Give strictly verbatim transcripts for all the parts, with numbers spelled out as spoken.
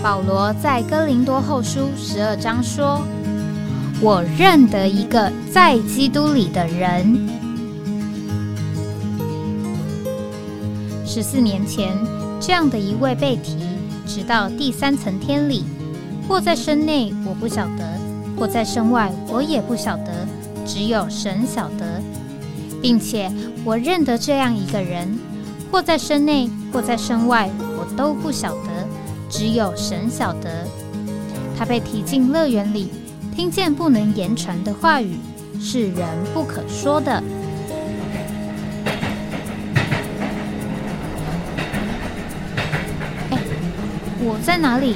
保罗在哥林多后书十二章说：“我认得一个在基督里的人。”十四年前，这样的一位被提，直到第三层天里，或在身内，我不晓得；或在身外，我也不晓得，只有神晓得。并且我认得这样一个人，或在身内，或在身外，我都不晓得，只有神晓得。他被提进乐园里，听见不能言传的话语，是人不可说的。哎，我在哪里？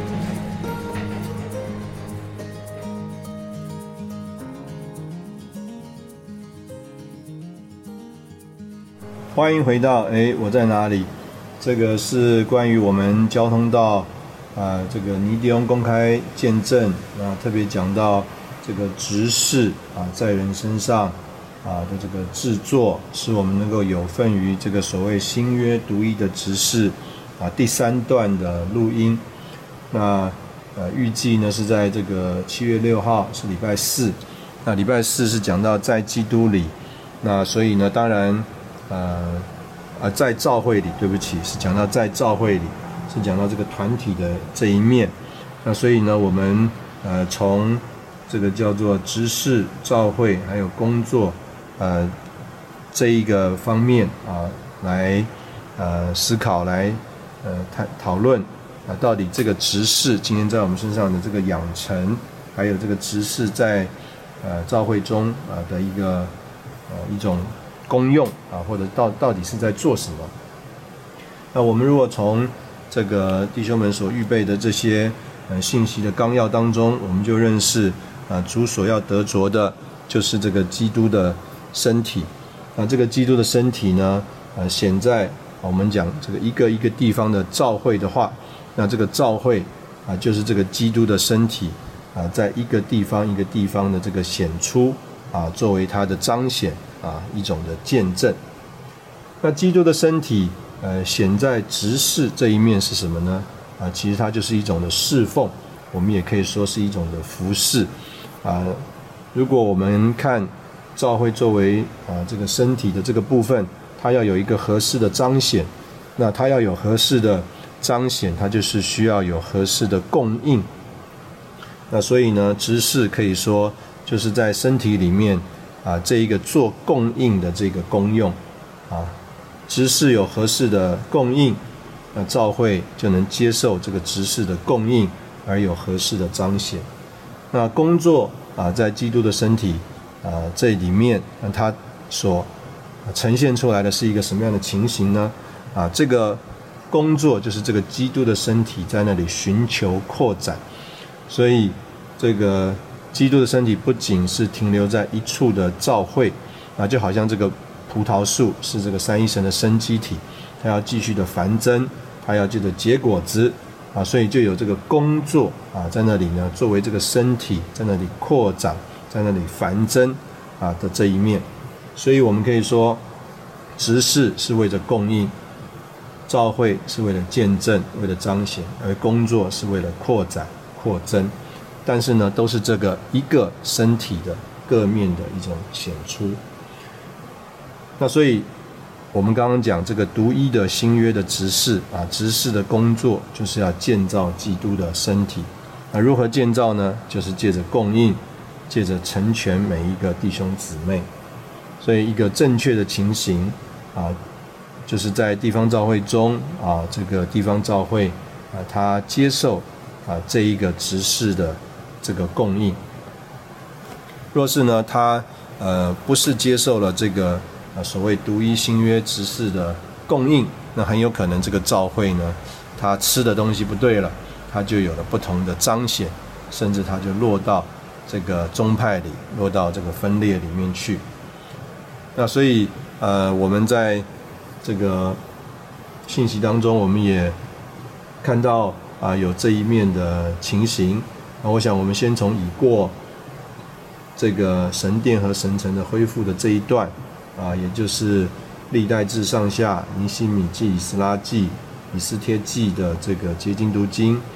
欢迎回到哎，我在哪里？这个是关于我们交通到啊，这个尼迪翁公开见证啊，特别讲到这个执事啊，在人身上啊的这个制作，使我们能够有份于这个所谓新约独一的执事啊。第三段的录音，那呃预计呢是在这个七月六号是礼拜四，那礼拜四是讲到在基督里，那所以呢，当然。呃，呃，在教会里，对不起，是讲到在教会里，是讲到这个团体的这一面。那所以呢，我们呃从这个叫做执事、教会还有工作，呃这一个方面啊、呃，来呃思考，来呃谈讨论啊，到底这个执事今天在我们身上的这个养成，还有这个执事在呃教会中啊、呃、的一个呃一种。功用啊，或者到到底是在做什么？那我们如果从这个弟兄们所预备的这些呃信息的纲要当中，我们就认识啊，主所要得着的就是这个基督的身体。那这个基督的身体呢，呃，显在我们讲这个一个一个地方的教会的话，那这个教会啊，就是这个基督的身体啊，在一个地方一个地方的这个显出啊，作为它的彰显。啊，一种的见证。那基督的身体，呃，显在执事这一面是什么呢？啊，其实它就是一种的侍奉，我们也可以说是一种的服侍。啊，如果我们看教会作为啊这个身体的这个部分，它要有一个合适的彰显，那它要有合适的彰显，它就是需要有合适的供应。那所以呢，执事可以说就是在身体里面。啊，这一个做供应的这个功用，啊，执事有合适的供应，那教会就能接受这个执事的供应，而有合适的彰显。那工作啊，在基督的身体啊这里面，那它所呈现出来的是一个什么样的情形呢？啊，这个工作就是这个基督的身体在那里寻求扩展，所以这个。基督的身体不仅是停留在一处的教会啊，就好像这个葡萄树是这个三一神的生机体，它要继续的繁增，它要记得结果子啊，所以就有这个工作啊，在那里呢，作为这个身体在那里扩展，在那里繁增啊的这一面，所以我们可以说，执事是为了供应，教会是为了见证，为了彰显，而工作是为了扩展、扩增。但是呢，都是这个一个身体的各面的一种显出。那所以，我们刚刚讲这个独一的新约的执事啊，执事的工作就是要建造基督的身体。那如何建造呢？就是借着供应，借着成全每一个弟兄姊妹。所以，一个正确的情形啊，就是在地方教会中啊，这个地方教会啊，他接受啊这一个执事的。这个供应，若是呢，他呃不是接受了这个呃所谓独一新约执事的供应，那很有可能这个教会呢，他吃的东西不对了，他就有了不同的彰显，甚至他就落到这个宗派里，落到这个分裂里面去。那所以呃我们在这个信息当中，我们也看到啊、呃、有这一面的情形。那我想，我们先从已过这个神殿和神城的恢复的这一段啊，也就是历代志上下、尼希米记、以斯拉记、以斯帖记的这个结晶读经，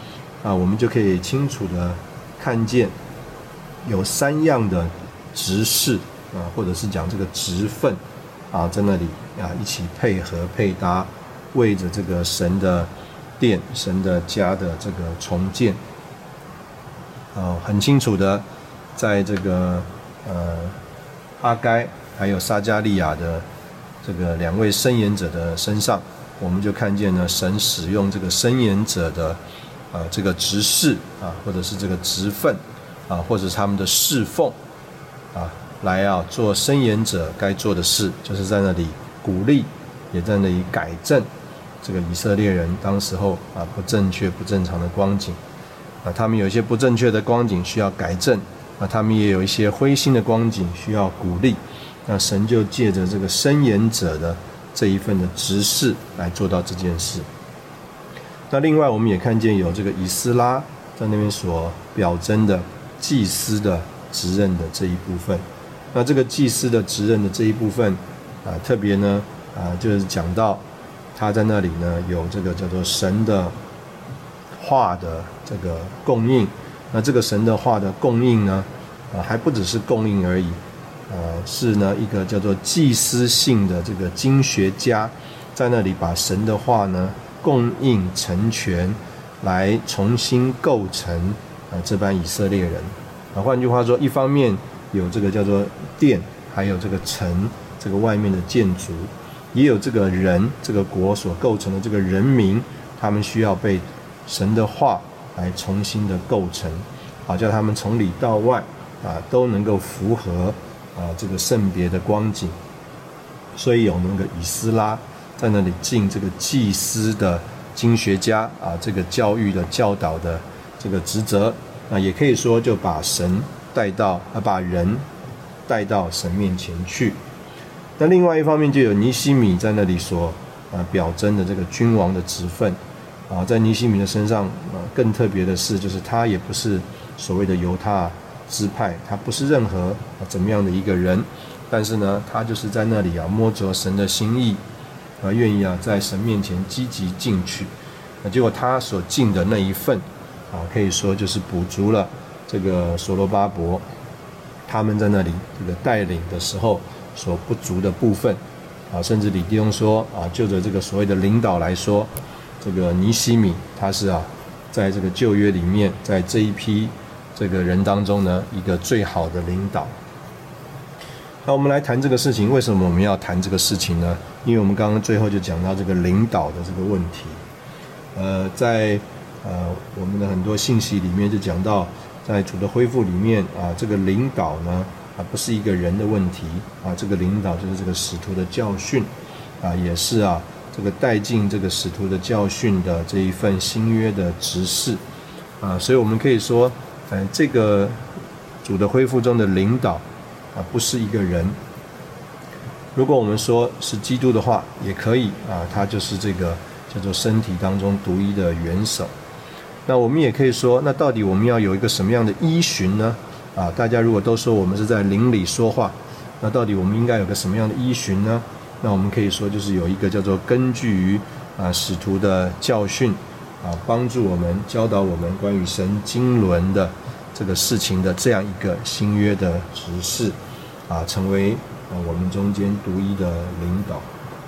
啊，我们就可以清楚的看见有三样的执事啊，或者是讲这个职分啊，在那里啊一起配合配搭，为着这个神的殿、神的家的这个重建，啊，很清楚的在这个呃哈该还有撒迦利亚的这个两位申言者的身上，我们就看见呢，神使用这个申言者的啊、呃、这个职事啊，或者是这个职分啊，或者是他们的侍奉啊，来啊做申言者该做的事，就是在那里鼓励，也在那里改正这个以色列人当时候啊不正确、不正常的光景啊，他们有一些不正确的光景需要改正啊，他们也有一些灰心的光景需要鼓励。那神就借着这个申言者的这一份的职事来做到这件事。那另外我们也看见有这个以斯拉在那边所表征的祭司的职任的这一部分。那这个祭司的职任的这一部分啊，特别呢啊，就是讲到他在那里呢有这个叫做神的话的这个供应。那这个神的话的供应呢，啊，还不只是供应而已。呃，是呢一个叫做祭司性的这个经学家，在那里把神的话呢供应成全，来重新构成啊、呃、这班以色列人。啊，换句话说，一方面有这个叫做殿，还有这个城，这个外面的建筑，也有这个人，这个国所构成的这个人民，他们需要被神的话来重新的构成，好叫他们从里到外啊都能够符合。啊，这个圣别的光景，所以有那个以斯拉在那里尽这个祭司的经学家啊，这个教育的教导的这个职责啊，也可以说就把神带到啊，把人带到神面前去。那另外一方面就有尼希米在那里所啊表征的这个君王的职分啊，在尼希米的身上啊，更特别的是，就是他也不是所谓的犹大支派，他不是任何怎么样的一个人，但是呢，他就是在那里啊摸着神的心意，啊愿意啊在神面前积极进取，啊结果他所尽的那一份，啊可以说就是补足了这个所罗巴伯他们在那里这个带领的时候所不足的部分，啊甚至李弟兄说啊，就着这个所谓的领导来说，这个尼希米他是啊在这个旧约里面，在这一批这个人当中呢，一个最好的领导。那我们来谈这个事情，为什么我们要谈这个事情呢？因为我们刚刚最后就讲到这个领导的这个问题。呃，在呃我们的很多信息里面就讲到，在主的恢复里面啊，这个领导呢啊不是一个人的问题啊，这个领导就是这个使徒的教训啊，也是啊这个带进这个使徒的教训的这一份新约的职事啊，所以我们可以说。呃，这个主的恢复中的领导啊，不是一个人。如果我们说是基督的话，也可以啊，他就是这个叫做身体当中独一的元首。那我们也可以说，那到底我们要有一个什么样的依循呢？啊，大家如果都说我们是在灵里说话，那到底我们应该有个什么样的依循呢？那我们可以说，就是有一个叫做根据于啊使徒的教训。啊，帮助我们教导我们关于神经纶的这个事情的这样一个新约的执事，啊，成为啊我们中间独一的领导。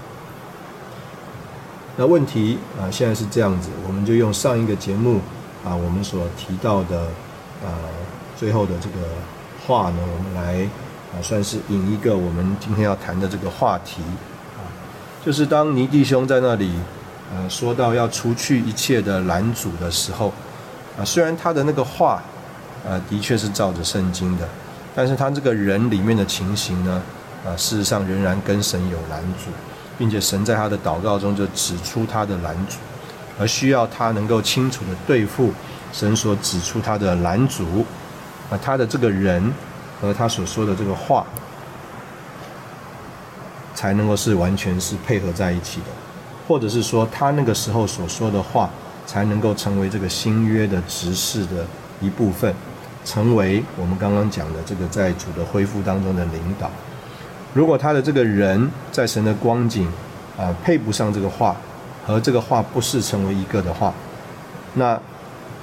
那问题啊现在是这样子，我们就用上一个节目啊我们所提到的啊最后的这个话呢，我们来啊算是引一个我们今天要谈的这个话题啊，就是当尼弟兄在那里。呃，说到要除去一切的拦阻的时候，啊，虽然他的那个话，呃，的确是照着圣经的，但是他这个人里面的情形呢，啊，事实上仍然跟神有拦阻，并且神在他的祷告中就指出他的拦阻，而需要他能够清楚的对付神所指出他的拦阻，啊，他的这个人和他所说的这个话，才能够是完全是配合在一起的。或者是说他那个时候所说的话才能够成为这个新约的执事的一部分，成为我们刚刚讲的这个在主的恢复当中的领导。如果他的这个人在神的光景啊、呃、配不上这个话，和这个话不是成为一个的话，那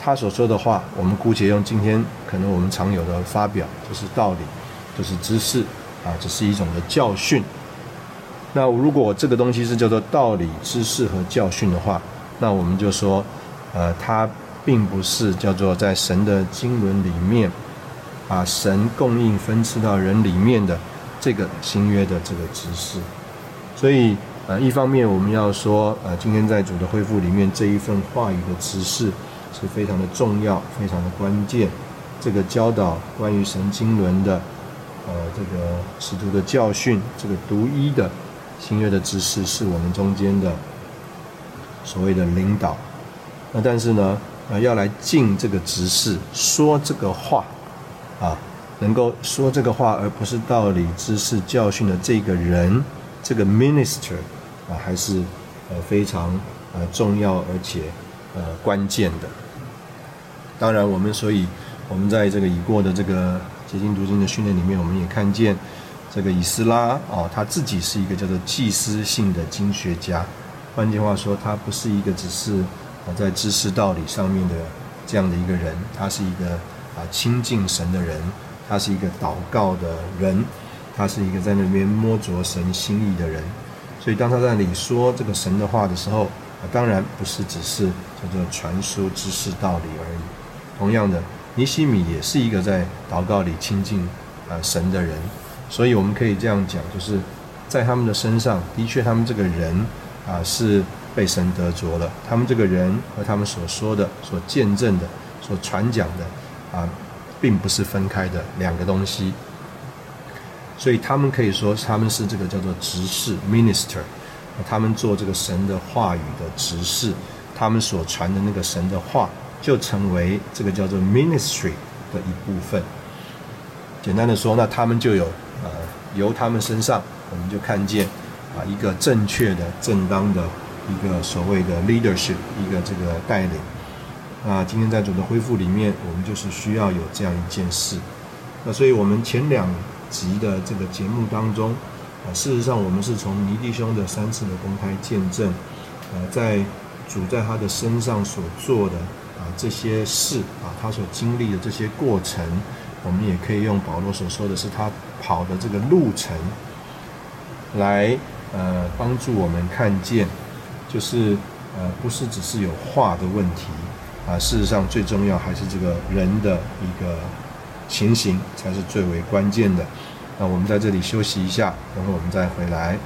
他所说的话，我们姑且用今天可能我们常有的发表，就是道理，就是知识啊，这是一种的教训。那如果这个东西是叫做道理、知识和教训的话，那我们就说，呃，它并不是叫做在神的经纶里面，把神供应分赐到人里面的这个新约的这个知识。所以，呃，一方面我们要说，呃，今天在主的恢复里面这一份话语的知识是非常的重要，非常的关键。这个教导关于神经纶的，呃，这个使徒的教训，这个独一的新约的知识，是我们中间的所谓的领导。那但是呢，呃，要来尽这个职事，说这个话，啊，能够说这个话，而不是道理、知识、教训的这个人，这个 minister 啊，还是呃非常呃重要而且呃关键的。当然，我们所以我们在这个已过的这个结经读经的训练里面，我们也看见这个以斯拉哦，他自己是一个叫做祭司性的经学家。换句话说，他不是一个只是在知识道理上面的这样的一个人，他是一个啊亲近神的人，他是一个祷告的人，他是一个在那边摸着神心意的人。所以当他在那里说这个神的话的时候，啊、当然不是只是叫做传输知识道理而已。同样的，尼希米也是一个在祷告里亲近啊神的人。所以我们可以这样讲，就是在他们的身上，的确他们这个人啊是被神得着了，他们这个人和他们所说的、所见证的、所传讲的啊，并不是分开的两个东西。所以他们可以说他们是这个叫做执事 minister， 他们做这个神的话语的执事，他们所传的那个神的话就成为这个叫做 ministry 的一部分。简单的说，那他们就有呃由他们身上，我们就看见啊一个正确的、正当的一个所谓的 leadership， 一个这个带领。那今天在主的恢复里面，我们就是需要有这样一件事。那所以我们前两集的这个节目当中，啊，事实上我们是从尼弟兄的三次的公开见证，呃，在主在他的身上所做的啊这些事啊，他所经历的这些过程，我们也可以用保罗所说的是他跑的这个路程，来呃帮助我们看见，就是呃不是只是有话的问题啊，事实上最重要还是这个人的一个情形才是最为关键的。那我们在这里休息一下，等会我们再回来。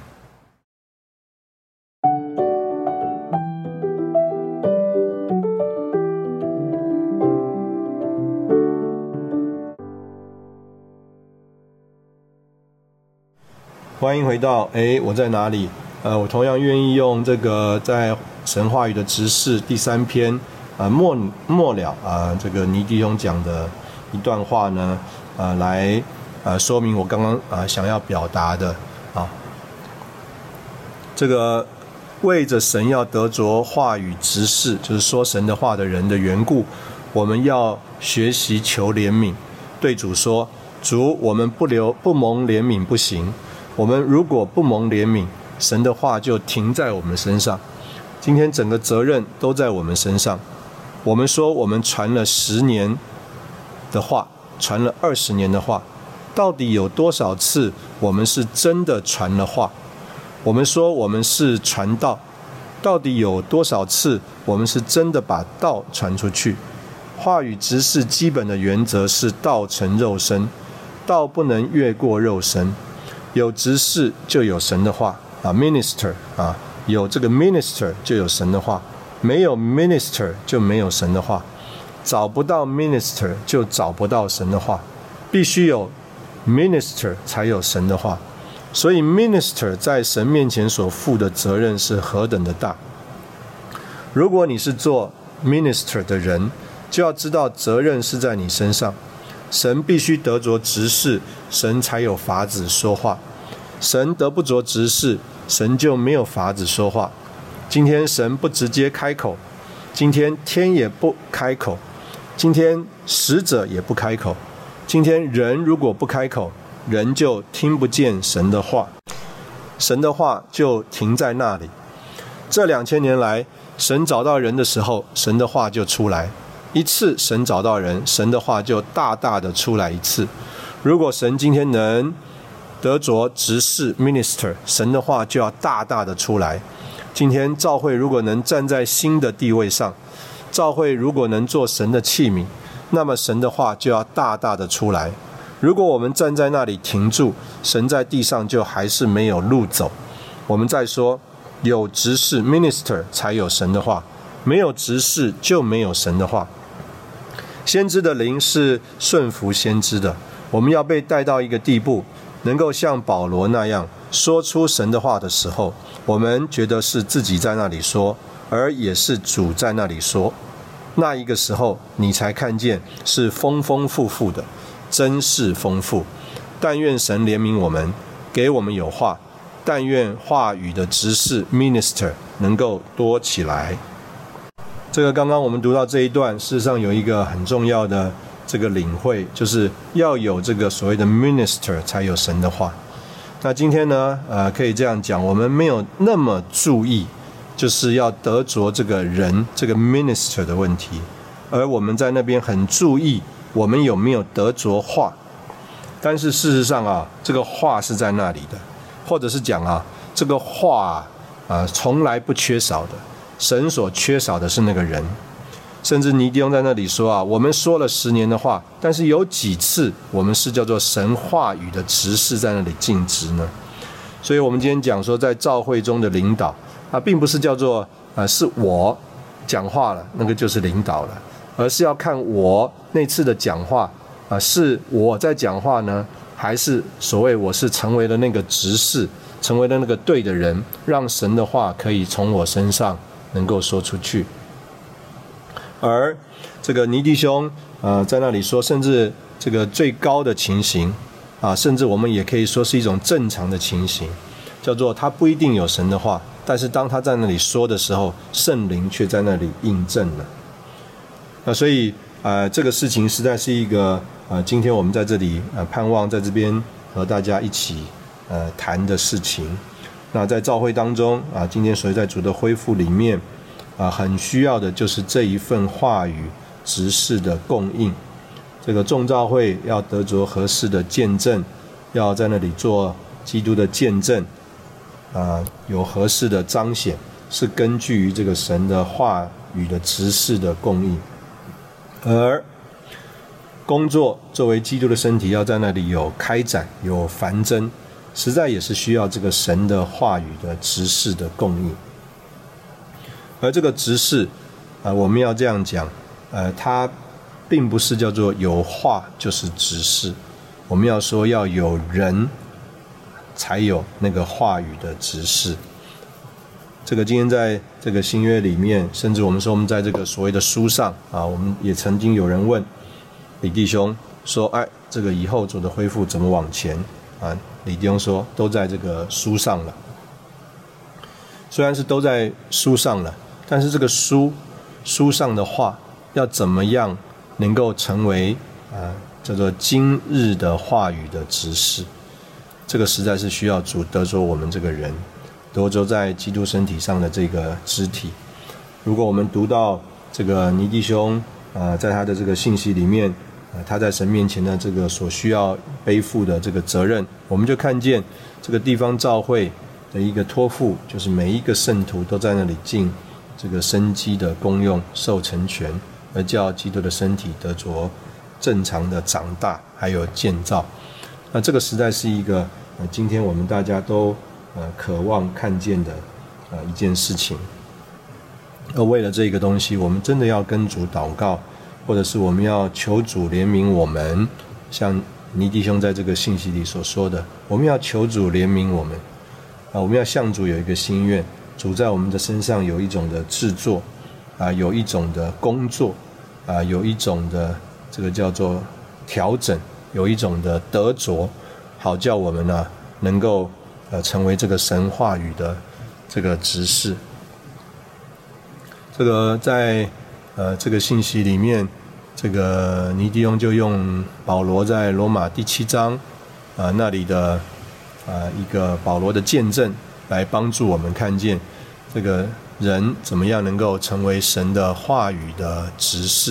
欢迎回到诶我在哪里？呃，我同样愿意用这个在神话语的执事第三篇呃末末了啊、呃，这个尼弟兄讲的一段话呢，呃，来呃说明我刚刚呃想要表达的啊。这个为着神要得着话语执事，就是说神的话的人的缘故，我们要学习求怜悯，对主说：主，我们不留不蒙怜悯不行。我们如果不蒙怜悯，神的话就停在我们身上。今天整个责任都在我们身上。我们说我们传了十年的话，传了二十年的话，到底有多少次我们是真的传了话？我们说我们是传道，到底有多少次我们是真的把道传出去？话语执事基本的原则是道成肉身，道不能越过肉身。有执事就有神的话啊 ，minister 啊，有这个 minister 就有神的话，没有 minister 就没有神的话，找不到 minister 就找不到神的话，必须有 minister 才有神的话。所以 minister 在神面前所负的责任是何等的大。如果你是做 minister 的人，就要知道责任是在你身上。神必须得着执事，神才有法子说话。神得不着执事，神就没有法子说话。今天神不直接开口，今天天也不开口，今天使者也不开口，今天人如果不开口，人就听不见神的话，神的话就停在那里。这两千年来，神找到人的时候，神的话就出来； 一次神找到人，神的话就大大的出来一次。如果神今天能得着执事 minister， 神的话就要大大的出来。今天教会如果能站在新的地位上，教会如果能做神的器皿，那么神的话就要大大的出来。如果我们站在那里停住，神在地上就还是没有路走。我们再说，有执事 minister 才有神的话，没有执事就没有神的话。先知的灵是顺服先知的，我们要被带到一个地步，能够像保罗那样说出神的话的时候，我们觉得是自己在那里说，而也是主在那里说。那一个时候你才看见是丰丰富富的，真是丰富。但愿神怜悯我们，给我们有话，但愿话语的执事 minister 能够多起来。这个刚刚我们读到这一段，事实上有一个很重要的这个领会，就是要有这个所谓的 minister 才有神的话。那今天呢，呃，可以这样讲，我们没有那么注意，就是要得着这个人这个 minister 的问题，而我们在那边很注意我们有没有得着话。但是事实上啊，这个话是在那里的，或者是讲啊，这个话啊，呃、从来不缺少的。神所缺少的是那个人。甚至尼迪翁在那里说啊，我们说了十年的话，但是有几次我们是叫做神话语的执事在那里尽职呢？所以我们今天讲说，在教会中的领导啊，并不是叫做呃是我讲话了，那个就是领导了，而是要看我那次的讲话啊，是我在讲话呢，还是所谓我是成为了那个执事，成为了那个对的人，让神的话可以从我身上能够说出去。而这个尼弟兄呃在那里说，甚至这个最高的情形啊，甚至我们也可以说是一种正常的情形，叫做他不一定有神的话，但是当他在那里说的时候，圣灵却在那里印证了。那所以呃这个事情实在是一个呃今天我们在这里呃盼望在这边和大家一起呃谈的事情。那在教会当中啊，今天所以在主的恢复里面啊，很需要的就是这一份话语执事的供应。这个众教会要得着合适的见证，要在那里做基督的见证啊，有合适的彰显，是根据于这个神的话语的执事的供应。而工作作为基督的身体，要在那里有开展有繁增，实在也是需要这个神的话语的执事的供应。而这个执事啊、呃，我们要这样讲，呃，它并不是叫做有话就是执事，我们要说要有人才有那个话语的执事。这个今天在这个新约里面，甚至我们说我们在这个所谓的书上啊，我们也曾经有人问李弟兄说，哎，这个以后主的恢复怎么往前啊？李弟兄说都在这个书上了。虽然是都在书上了，但是这个书书上的话要怎么样能够成为啊叫做今日的话语的执事，这个实在是需要主得着我们这个人，得着在基督身体上的这个肢体。如果我们读到这个尼弟兄啊，在他的这个信息里面啊，他在神面前的这个所需要背负的这个责任，我们就看见这个地方教会的一个托付，就是每一个圣徒都在那里尽这个生机的功用，受成全，而叫基督的身体得着正常的长大还有建造。那这个实在是一个呃今天我们大家都呃渴望看见的呃一件事情。而为了这个东西，我们真的要跟主祷告，或者是我们要求主怜悯我们，像尼弟兄在这个信息里所说的，我们要求主怜悯我们啊，我们要向主有一个心愿，主在我们的身上有一种的制作啊，有一种的工作啊，有一种的这个叫做调整，有一种的得着，好叫我们呢能够呃成为这个神话语的这个执事。这个在呃这个信息里面，这个尼弟兄就用保罗在罗马第七章啊、呃、那里的啊、呃、一个保罗的见证，来帮助我们看见这个人怎么样能够成为神的话语的执事，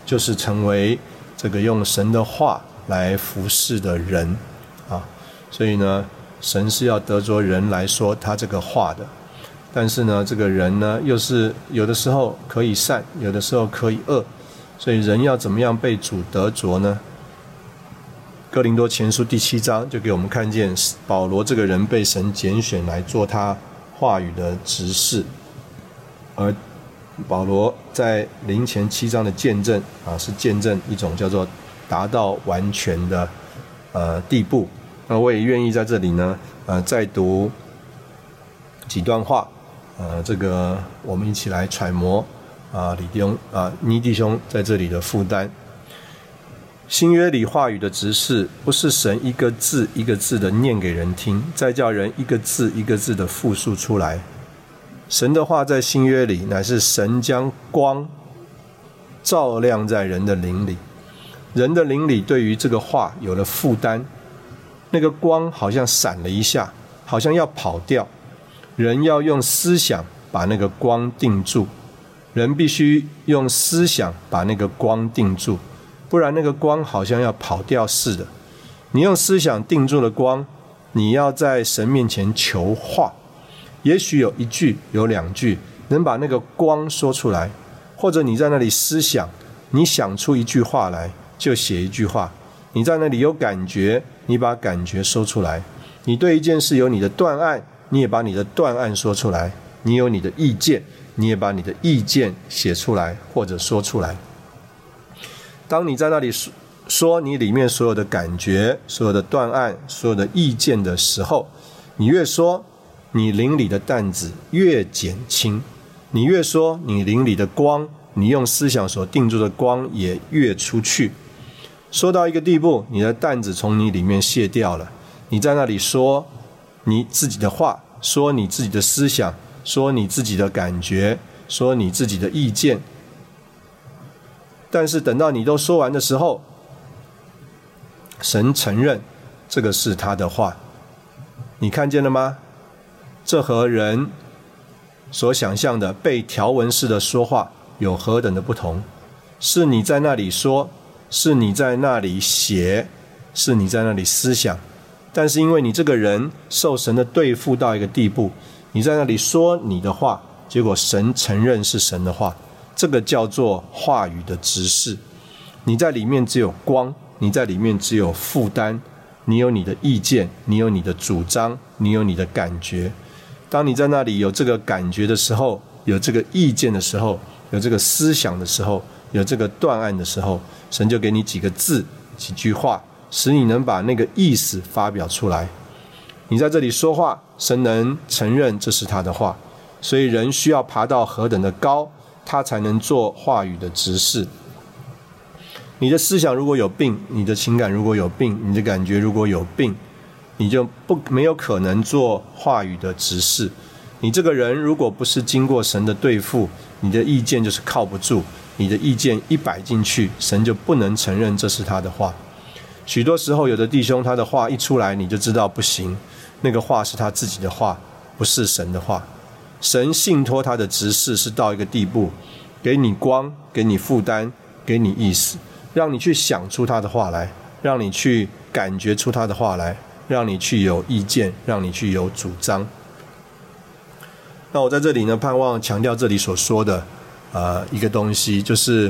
就是成为这个用神的话来服侍的人啊。所以呢，神是要得着人来说他这个话的。但是呢，这个人呢，又是有的时候可以善，有的时候可以恶，所以人要怎么样被主得着呢？哥林多前书第七章就给我们看见保罗这个人被神拣选来做他话语的执事，而保罗在林前七章的见证啊，是见证一种叫做达到完全的呃地步。那我也愿意在这里呢，呃，再读几段话。呃，这个我们一起来揣摩啊，李弟兄啊，尼弟兄在这里的负担。新约里话语的执事，不是神一个字一个字的念给人听，再叫人一个字一个字的复述出来。神的话在新约里，乃是神将光照亮在人的灵里，人的灵里对于这个话有了负担，那个光好像闪了一下，好像要跑掉。人要用思想把那个光定住，人必须用思想把那个光定住，不然那个光好像要跑掉似的。你用思想定住了光，你要在神面前求话，也许有一句有两句能把那个光说出来，或者你在那里思想，你想出一句话来就写一句话，你在那里有感觉，你把感觉说出来，你对一件事有你的断案，你也把你的断案说出来，你有你的意见，你也把你的意见写出来或者说出来。当你在那里说你里面所有的感觉，所有的断案，所有的意见的时候，你越说，你灵里的担子越减轻，你越说，你灵里的光，你用思想所定住的光也越出去。说到一个地步，你的担子从你里面卸掉了，你在那里说你自己的话，说你自己的思想，说你自己的感觉，说你自己的意见。但是等到你都说完的时候，神承认这个是他的话。你看见了吗？这和人所想象的被条文式的说话有何等的不同？是你在那里说，是你在那里写，是你在那里思想，但是因为你这个人受神的对付到一个地步，你在那里说你的话，结果神承认是神的话，这个叫做话语的执事。你在里面只有光，你在里面只有负担，你有你的意见，你有你的主张，你有你的感觉。当你在那里有这个感觉的时候，有这个意见的时候，有这个思想的时候，有这个断案的时候，神就给你几个字，几句话，使你能把那个意思发表出来。你在这里说话，神能承认这是他的话，所以人需要爬到何等的高，他才能做话语的执事。你的思想如果有病，你的情感如果有病，你的感觉如果有病，你就不没有可能做话语的执事。你这个人如果不是经过神的对付，你的意见就是靠不住，你的意见一摆进去，神就不能承认这是他的话。许多时候有的弟兄他的话一出来，你就知道不行，那个话是他自己的话，不是神的话。神信托他的执事是到一个地步，给你光，给你负担，给你意思，让你去想出他的话来，让你去感觉出他的话来，让你去有意见，让你去有主张。那我在这里呢，盼望强调这里所说的呃一个东西，就是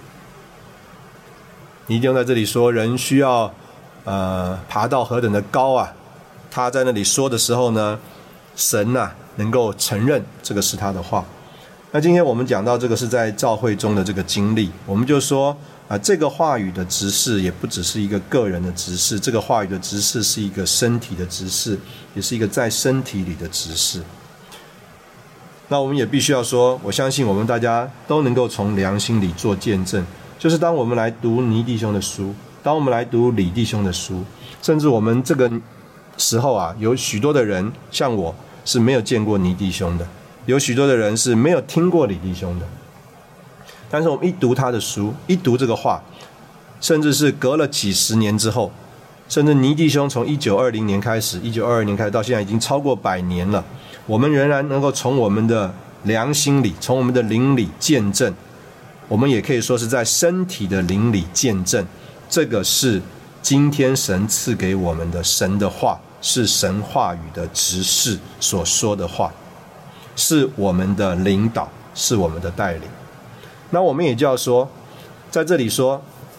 你一定要在这里说，人需要呃爬到何等的高啊！他在那里说的时候呢，神啊能够承认这个是他的话。那今天我们讲到这个是在教会中的这个经历，我们就说啊、呃，这个话语的执事也不只是一个个人的执事，这个话语的执事是一个身体的执事，也是一个在身体里的执事。那我们也必须要说，我相信我们大家都能够从良心里做见证，就是当我们来读尼弟兄的书，当我们来读李弟兄的书，甚至我们这个时候啊，有许多的人像我是没有见过尼弟兄的，有许多的人是没有听过李弟兄的，但是我们一读他的书，一读这个话，甚至是隔了几十年之后，甚至尼弟兄从一九二零年开始，一九二二年开始到现在已经超过百年了，我们仍然能够从我们的良心里，从我们的灵里见证我们也可以说是在身体的灵里见证，这个是今天神赐给我们的神的话，是神话语的执事所说的话，是我们的领导，是我们的带领。那我们也就要说，在这里说，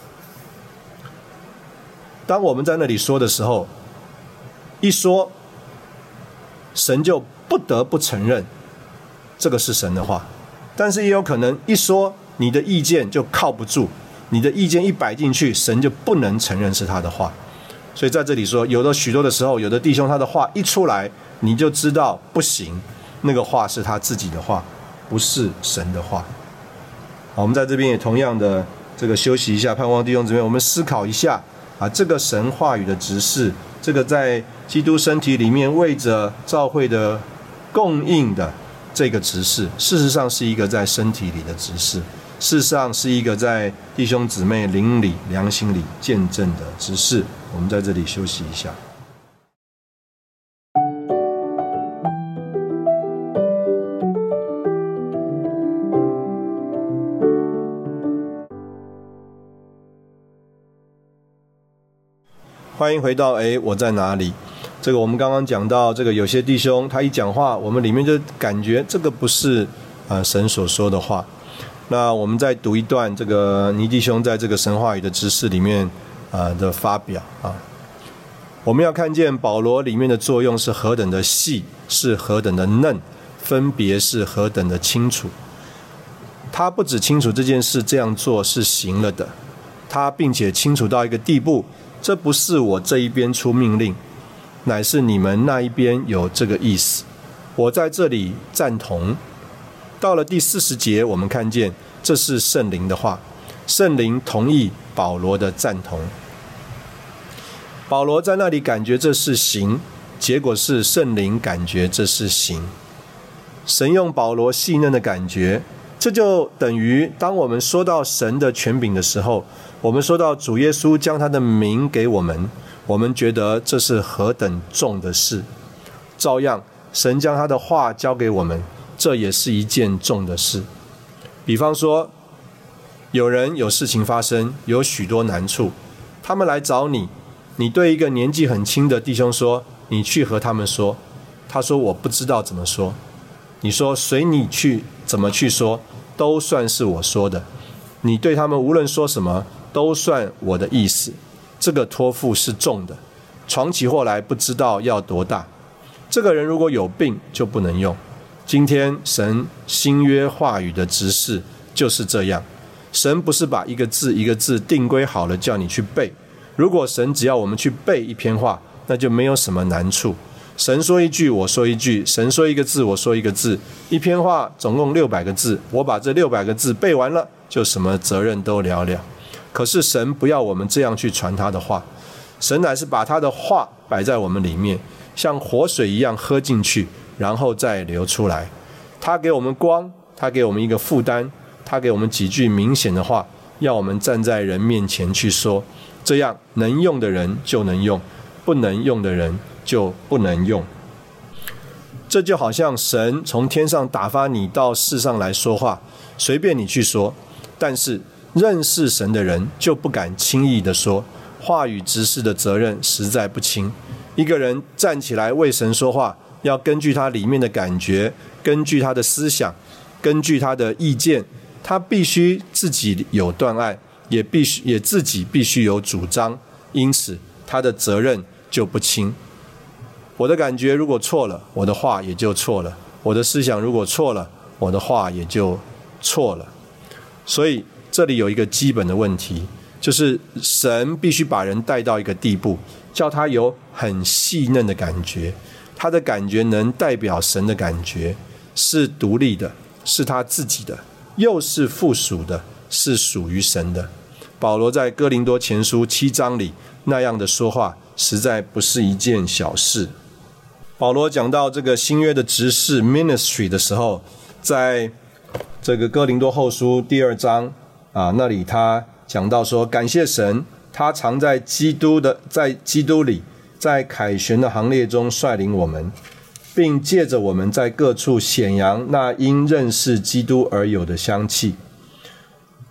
当我们在那里说的时候，一说神就不得不承认这个是神的话，但是也有可能一说你的意见就靠不住，你的意见一摆进去，神就不能承认是他的话。所以在这里说，有的许多的时候，有的弟兄他的话一出来，你就知道不行，那个话是他自己的话，不是神的话。好，我们在这边也同样的这个休息一下，盼望弟兄姊妹，我们思考一下啊，这个神话语的执事，这个在基督身体里面为着教会的供应的这个执事，事实上是一个在身体里的执事，事实上是一个在弟兄姊妹灵里良心里见证的执事。我们在这里休息一下。欢迎回到诶我在哪里。这个我们刚刚讲到，这个有些弟兄他一讲话，我们里面就感觉这个不是呃神所说的话。那我们再读一段这个尼弟兄在这个神话语的知识里面呃的发表啊。我们要看见保罗里面的作用是何等的细，是何等的嫩，分别是何等的清楚。他不只清楚这件事这样做是行了的，他并且清楚到一个地步，这不是我这一边出命令，乃是你们那一边有这个意思，我在这里赞同。到了第四十节，我们看见这是圣灵的话，圣灵同意保罗的赞同。保罗在那里感觉这是行，结果是圣灵感觉这是行。神用保罗细嫩的感觉，这就等于当我们说到神的权柄的时候，我们说到主耶稣将他的名给我们，我们觉得这是何等重的事。照样神将他的话交给我们，这也是一件重的事。比方说，有人有事情发生，有许多难处，他们来找你，你对一个年纪很轻的弟兄说，你去和他们说，他说我不知道怎么说，你说随你去怎么去说，都算是我说的，你对他们无论说什么都算我的意思。这个托付是重的，闯起祸来不知道要多大。这个人如果有病就不能用。今天神新约话语的执事就是这样，神不是把一个字一个字定规好了叫你去背，如果神只要我们去背一篇话，那就没有什么难处。神说一句我说一句，神说一个字我说一个字，一篇话总共六百个字，我把这六百个字背完了，就什么责任都了了。可是神不要我们这样去传他的话，神乃是把他的话摆在我们里面，像活水一样喝进去，然后再流出来。他给我们光，他给我们一个负担，他给我们几句明显的话，要我们站在人面前去说，这样能用的人就能用，不能用的人就不能用。这就好像神从天上打发你到世上来说话，随便你去说，但是认识神的人就不敢轻易的说，话语执事的责任实在不轻。一个人站起来为神说话，要根据他里面的感觉，根据他的思想，根据他的意见，他必须自己有断案，也必须也自己必须有主张，因此他的责任就不轻。我的感觉如果错了，我的话也就错了；我的思想如果错了，我的话也就错了。所以这里有一个基本的问题，就是神必须把人带到一个地步，叫他有很细嫩的感觉，他的感觉能代表神的感觉，是独立的，是他自己的，又是附属的，是属于神的。保罗在哥林多前书七章里那样的说话，实在不是一件小事。保罗讲到这个新约的执事 ministry 的时候，在这个哥林多后书第二章啊，那里他讲到说，感谢神，他常在基督的在基督里，在凯旋的行列中率领我们，并借着我们在各处显扬那因认识基督而有的香气。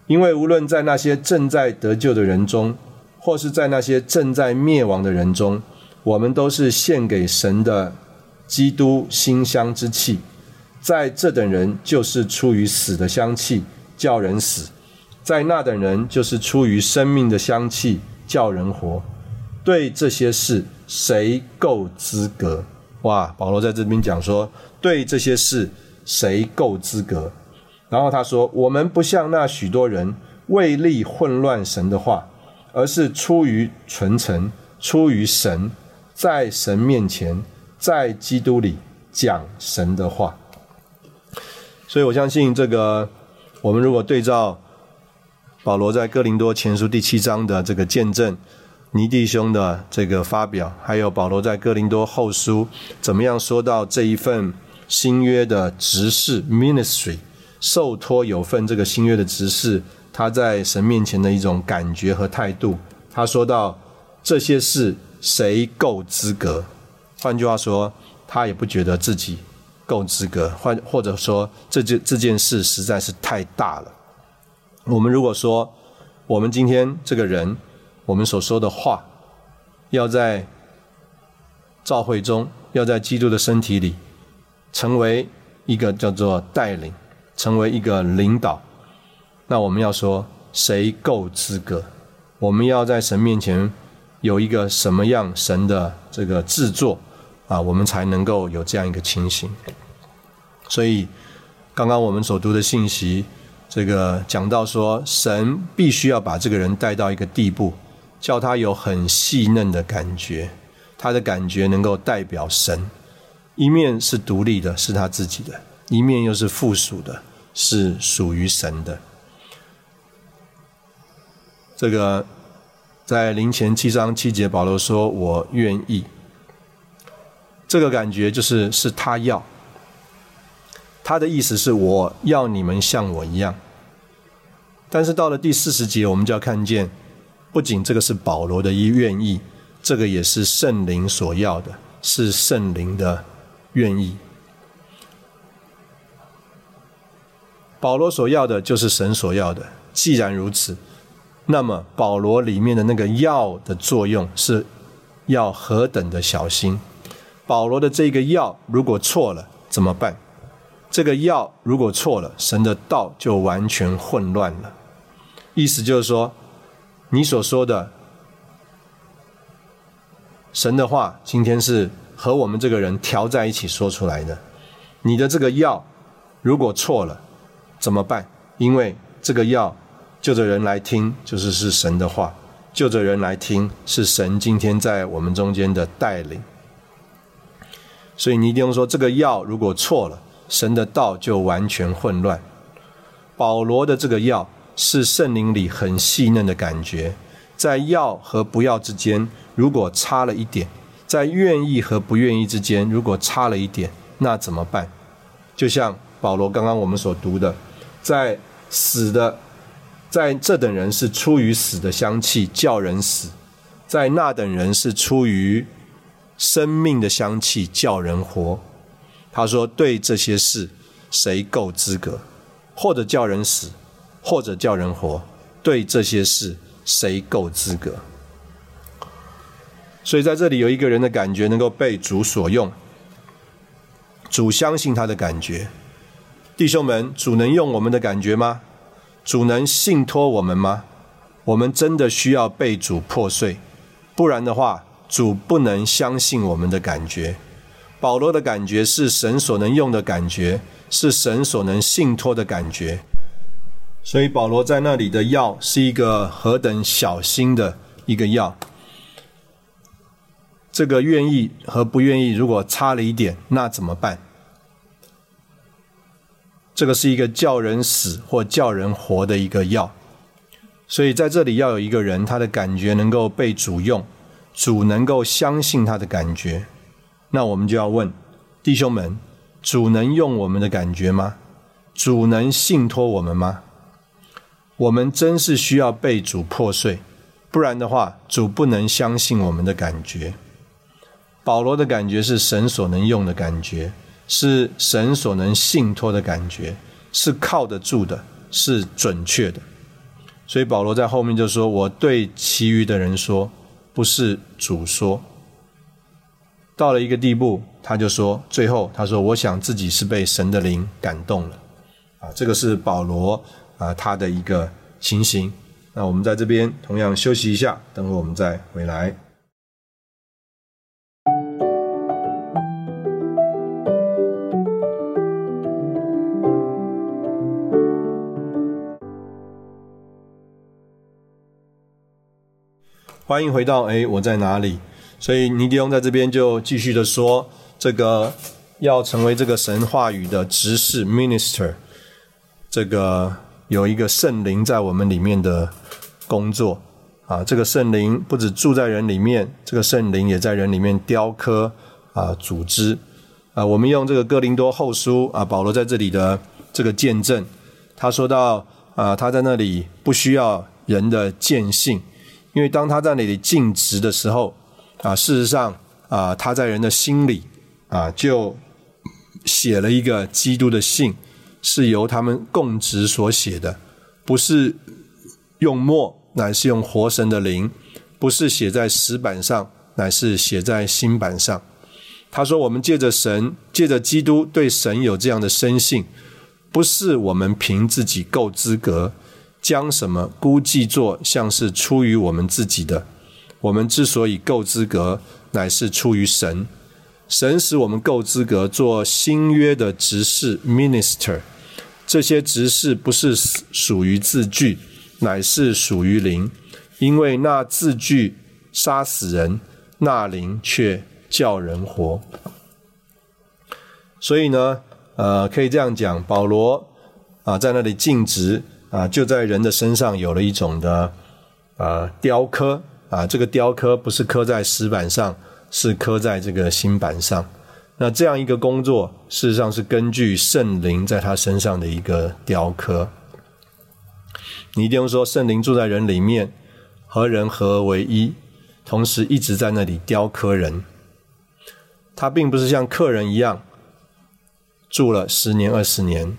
因为无论在那些正在得救的人中，或是在那些正在灭亡的人中，我们都是献给神的基督馨香之气。在这等人就是出于死的香气，叫人死；在那等人就是出于生命的香气，叫人活。对这些事谁够资格？哇，保罗在这边讲说，对这些事谁够资格？然后他说，我们不像那许多人为利混乱神的话，而是出于纯诚，出于神，在神面前，在基督里讲神的话。所以我相信这个，我们如果对照保罗在哥林多前书第七章的这个见证，尼弟兄的这个发表，还有保罗在哥林多后书怎么样说到这一份新约的执事 ministry， 受托有份这个新约的执事，他在神面前的一种感觉和态度。他说到这些事谁够资格？换句话说，他也不觉得自己够资格，或或者说这件这件事实在是太大了。我们如果说我们今天这个人，我们所说的话，要在教会中，要在基督的身体里，成为一个叫做带领，成为一个领导，那我们要说谁够资格？我们要在神面前有一个什么样神的这个制作啊，我们才能够有这样一个情形。所以刚刚我们所读的信息，这个讲到说，神必须要把这个人带到一个地步，叫他有很细嫩的感觉，他的感觉能够代表神，一面是独立的，是他自己的，一面又是附属的，是属于神的。这个在林前七章七节，保罗说我愿意，这个感觉就是是他要，他的意思是我要你们像我一样。但是到了第四十节，我们就要看见，不仅这个是保罗的愿意，这个也是圣灵所要的，是圣灵的愿意。保罗所要的就是神所要的，既然如此，那么保罗里面的那个要的作用是要何等的小心。保罗的这个要如果错了怎么办？这个要如果错了，神的道就完全混乱了。意思就是说，你所说的神的话今天是和我们这个人调在一起说出来的，你的这个要如果错了怎么办？因为这个要就着人来听，就是是神的话，就着人来听，是神今天在我们中间的带领。所以尼弟兄说，这个要如果错了，神的道就完全混乱。保罗的这个要是圣灵里很细嫩的感觉，在要和不要之间如果差了一点，在愿意和不愿意之间如果差了一点，那怎么办？就像保罗刚刚我们所读的，在死的在这等人是出于死的香气，叫人死；在那等人是出于生命的香气，叫人活。他说，对这些事谁够资格？或者叫人死，或者叫人活，对这些事谁够资格？所以在这里有一个人的感觉能够被主所用，主相信他的感觉。弟兄们，主能用我们的感觉吗？主能信托我们吗？我们真的需要被主破碎，不然的话，主不能相信我们的感觉。保罗的感觉是神所能用的感觉，是神所能信托的感觉。所以保罗在那里的要是一个何等小心的一个要。这个愿意和不愿意如果差了一点，那怎么办？这个是一个叫人死或叫人活的一个要。所以在这里要有一个人，他的感觉能够被主用，主能够相信他的感觉。那我们就要问弟兄们，主能用我们的感觉吗？主能信托我们吗？我们真是需要被主破碎，不然的话，主不能相信我们的感觉。保罗的感觉是神所能用的感觉，是神所能信托的感觉，是靠得住的，是准确的。 所以保罗在后面就说，我对其余的人说，不是主说。到了一个地步，他就说，最后他说，我想自己是被神的灵感动了。啊，这个是保罗啊他的一个情形。那我们在这边同样休息一下，等会我们再回来。欢迎回到诶我在哪里。所以尼迪翁在这边就继续的说，这个要成为这个神话语的执事 minister， 这个有一个圣灵在我们里面的工作啊，这个圣灵不只住在人里面，这个圣灵也在人里面雕刻啊组织啊。我们用这个哥林多后书啊，保罗在这里的这个见证，他说到啊，他在那里不需要人的见信，因为当他在那里尽职的时候啊，事实上啊，他在人的心里啊，就写了一个基督的信，是由他们共职所写的，不是用墨，乃是用活神的灵，不是写在石板上，乃是写在心板上。他说，我们借着神，借着基督对神有这样的深信，不是我们凭自己够资格，将什么估计作像是出于我们自己的。我们之所以够资格，乃是出于神。神使我们够资格做新约的执事 minister。这些执事不是属于字句，乃是属于灵，因为那字句杀死人，那灵却叫人活。所以呢，呃，可以这样讲，保罗啊，在那里尽职啊，就在人的身上有了一种的呃雕刻。啊，这个雕刻不是刻在石板上，是刻在这个心板上。那这样一个工作，事实上是根据圣灵在他身上的一个雕刻。你一定说，圣灵住在人里面，和人合而为一，同时一直在那里雕刻人。他并不是像客人一样住了十年二十年，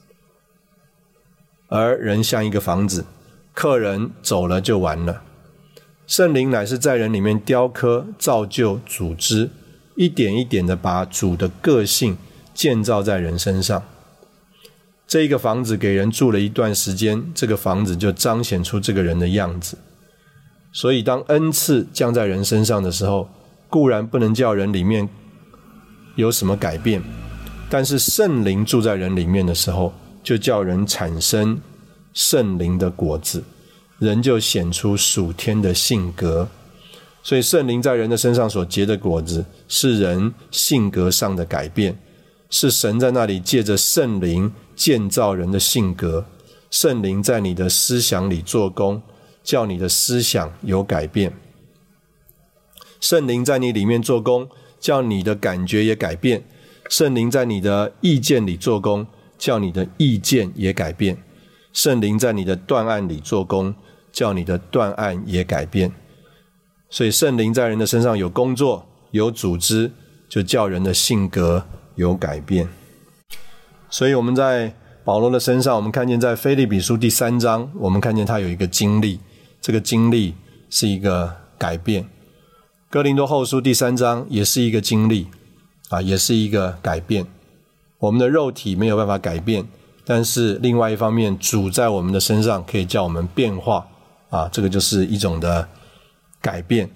而人像一个房子，客人走了就完了。圣灵乃是在人里面雕刻、造就、组织，一点一点的把主的个性建造在人身上。这一个房子给人住了一段时间，这个房子就彰显出这个人的样子。所以当恩赐降在人身上的时候，固然不能叫人里面有什么改变，但是圣灵住在人里面的时候，就叫人产生圣灵的果子，人就显出属天的性格。所以圣灵在人的身上所结的果子，是人性格上的改变，是神在那里借着圣灵建造人的性格。圣灵在你的思想里做工，叫你的思想有改变。圣灵在你里面做工，叫你的感觉也改变。圣灵在你的意见里做工，叫你的意见也改变。圣灵在你的断案里做工，叫你的断案也改变。所以圣灵在人的身上有工作，有组织，就叫人的性格有改变。所以我们在保罗的身上，我们看见在腓立比书第三章，我们看见他有一个经历，这个经历是一个改变。哥林多后书第三章也是一个经历啊，也是一个改变。我们的肉体没有办法改变，但是另外一方面，主在我们的身上可以叫我们变化啊，这个就是一种的改变，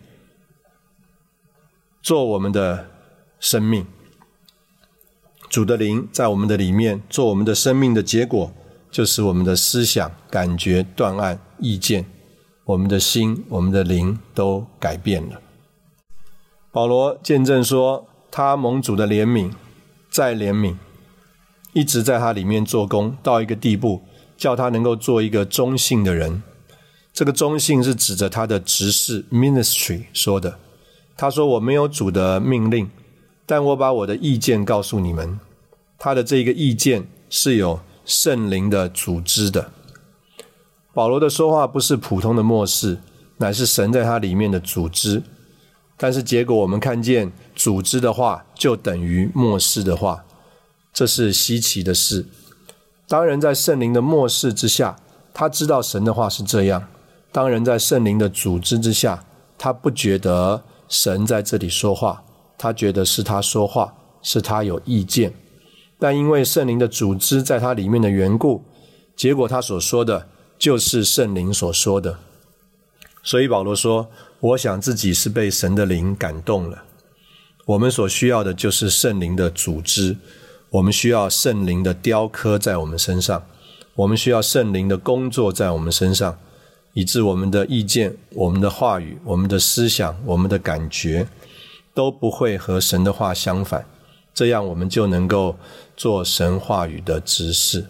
做我们的生命。主的灵在我们的里面做我们的生命的结果，就是我们的思想、感觉、断案、意见，我们的心、我们的灵都改变了。保罗见证说，他蒙主的怜悯再怜悯，一直在他里面做工，到一个地步叫他能够做一个忠信的人。这个忠信是指着他的职事 ministry 说的。他说，我没有主的命令，但我把我的意见告诉你们。他的这个意见是有圣灵的组织的。保罗的说话不是普通的默示，乃是神在他里面的组织。但是结果我们看见，组织的话就等于默示的话，这是稀奇的事。当人在圣灵的默示之下， 他知道神的话是这样。当人在圣灵的组织之下，他不觉得神在这里说话，他觉得是他说话，是他有意见。但因为圣灵的组织在他里面的缘故，结果他所说的就是圣灵所说的。所以保罗说，我想自己是被神的灵感动了。我们所需要的就是圣灵的组织，我们需要圣灵的雕刻在我们身上，我们需要圣灵的工作在我们身上，以致我们的意见、我们的话语、我们的思想、我们的感觉都不会和神的话相反，这样我们就能够做神话语的执事。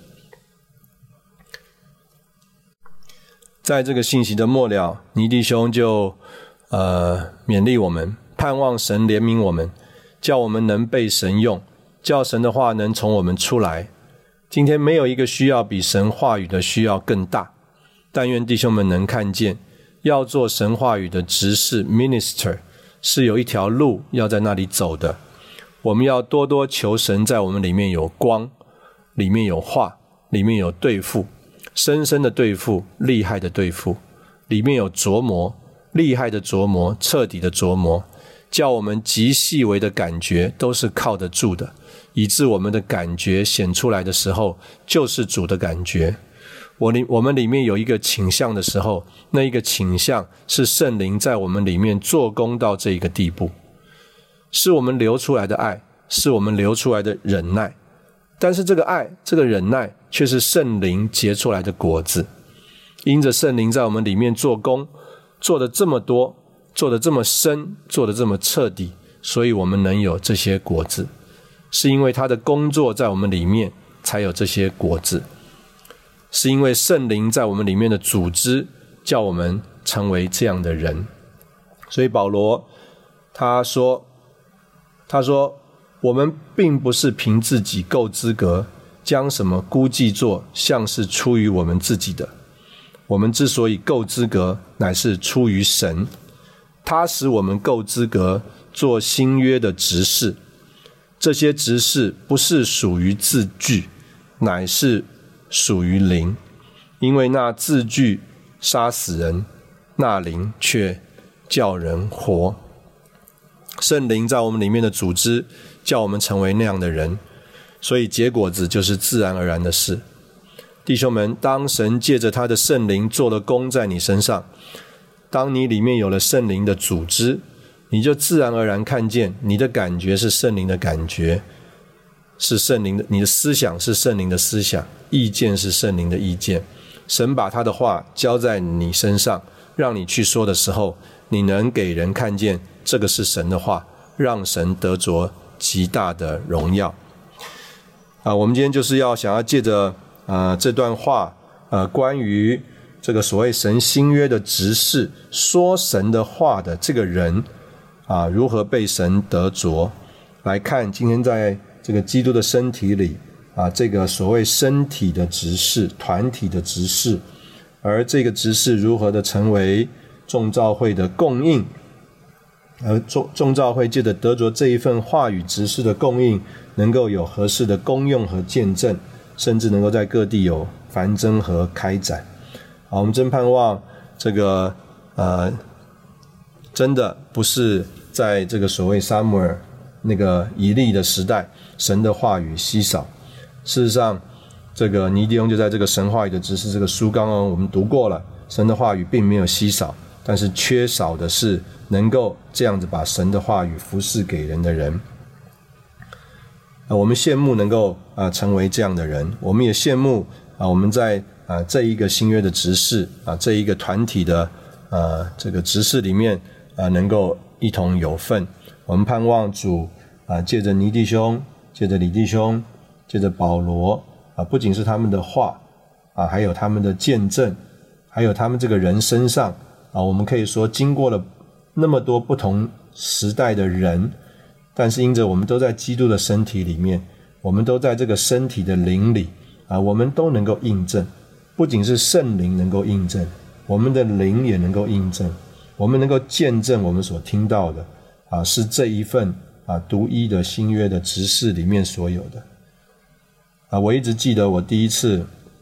在这个信息的末了，尼弟兄就呃勉励我们，盼望神怜悯我们，叫我们能被神用，叫神的话能从我们出来。今天没有一个需要比神话语的需要更大，但愿弟兄们能看见，要做神话语的执事 minister 是有一条路要在那里走的。我们要多多求神在我们里面有光，里面有话，里面有对付，深深的对付，厉害的对付，里面有琢磨，厉害的琢磨，彻底的琢磨，叫我们极细微的感觉都是靠得住的，以致我们的感觉显出来的时候就是主的感觉。我里我们里面有一个倾向的时候，那一个倾向是圣灵在我们里面做工到这一个地步，是我们流出来的爱，是我们流出来的忍耐。但是这个爱，这个忍耐却是圣灵结出来的果子。因着圣灵在我们里面做工，做得这么多，做得这么深，做得这么彻底，所以我们能有这些果子，是因为他的工作在我们里面才有这些果子，是因为圣灵在我们里面的组织叫我们成为这样的人。所以保罗他说他说我们并不是凭自己够资格将什么估计做像是出于我们自己的，我们之所以够资格乃是出于神，他使我们够资格做新约的执事。这些执事不是属于字句，乃是属于灵，因为那字句杀死人，那灵却叫人活。圣灵在我们里面的组织叫我们成为那样的人，所以结果子就是自然而然的事。弟兄们，当神借着他的圣灵做了工在你身上，当你里面有了圣灵的组织，你就自然而然看见你的感觉是圣灵的感觉，是圣灵的，你的思想是圣灵的思想，意见是圣灵的意见。神把他的话交在你身上，让你去说的时候，你能给人看见这个是神的话，让神得着极大的荣耀。啊，我们今天就是要想要借着呃这段话，呃关于这个所谓神新约的执事说神的话的这个人啊，如何被神得着，来看今天在这个基督的身体里啊，这个所谓身体的执事，团体的执事，而这个执事如何的成为众召会的供应，而众众召会借着得着这一份话语执事的供应，能够有合适的功用和见证，甚至能够在各地有繁增和开展。好，我们真盼望这个呃，真的不是在这个所谓撒母耳那个以利的时代，神的话语稀少。事实上，这个尼弟兄就在这个神话语的执事这个书，刚刚我们读过了，神的话语并没有稀少，但是缺少的是能够这样子把神的话语服侍给人的人。呃、我们羡慕能够、呃、成为这样的人，我们也羡慕、呃、我们在、呃、这一个新约的执事、呃、这一个团体的、呃、这个执事里面、呃、能够一同有份。我们盼望主、呃、借着尼弟兄，借着李弟兄，借着保罗、呃、不仅是他们的话、呃、还有他们的见证，还有他们这个人身上、呃、我们可以说经过了那么多不同时代的人，但是因着我们都在基督的身体里面，我们都在这个身体的灵里、啊、我们都能够印证，不仅是圣灵能够印证，我们的灵也能够印证，我们能够见证我们所听到的、啊、是这一份、啊、独一的新约的执事里面所有的、啊、我一直记得我第一次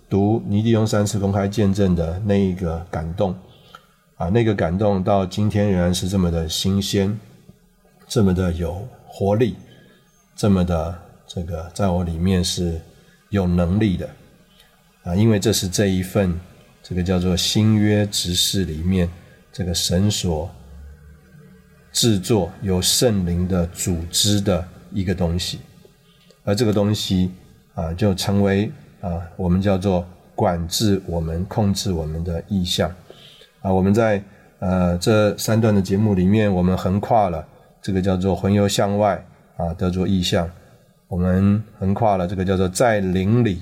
读尼弟兄三次公开见证的那一个感动啊，那个感动到今天仍然是这么的新鲜，这么的有活力，这么的这个在我里面是有能力的啊，因为这是这一份这个叫做新约执事里面这个神所制作由圣灵的组织的一个东西，而这个东西啊，就成为啊我们叫做管制我们、控制我们的意向啊。我们在呃这三段的节目里面，我们横跨了这个叫做魂游向外啊，得着意向；我们横跨了这个叫做在灵里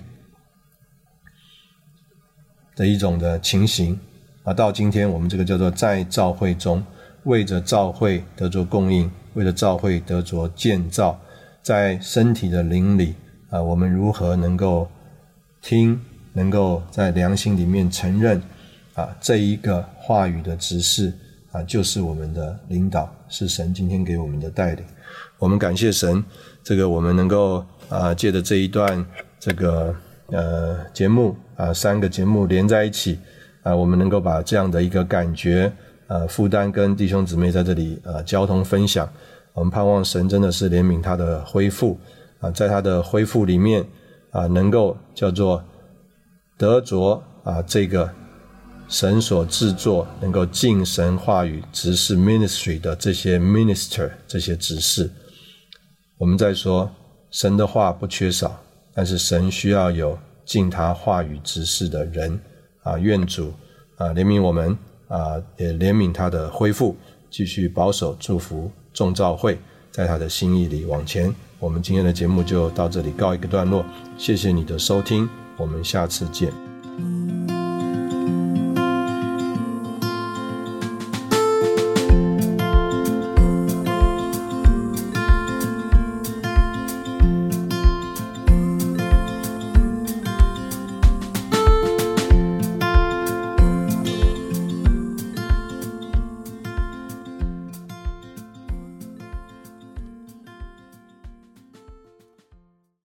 的一种的情形啊，到今天我们这个叫做在召会中，为着召会得着供应，为着召会得着建造，在身体的灵里啊，我们如何能够听，能够在良心里面承认啊，这一个话语的指示啊，就是我们的领导，是神今天给我们的带领。我们感谢神，这个我们能够啊，借着这一段这个呃节目啊，三个节目连在一起啊，我们能够把这样的一个感觉呃负担跟弟兄姊妹在这里呃交通分享。我们盼望神真的是怜悯他的恢复啊，在他的恢复里面啊，能够叫做得着啊这个神所制作能够尽神话语执事 ministry 的这些 minister 这些执事。我们在说神的话不缺少，但是神需要有尽他话语执事的人啊，愿主啊怜悯我们啊，也怜悯他的恢复，继续保守祝福众召会在他的心意里往前。我们今天的节目就到这里告一个段落，谢谢你的收听，我们下次见。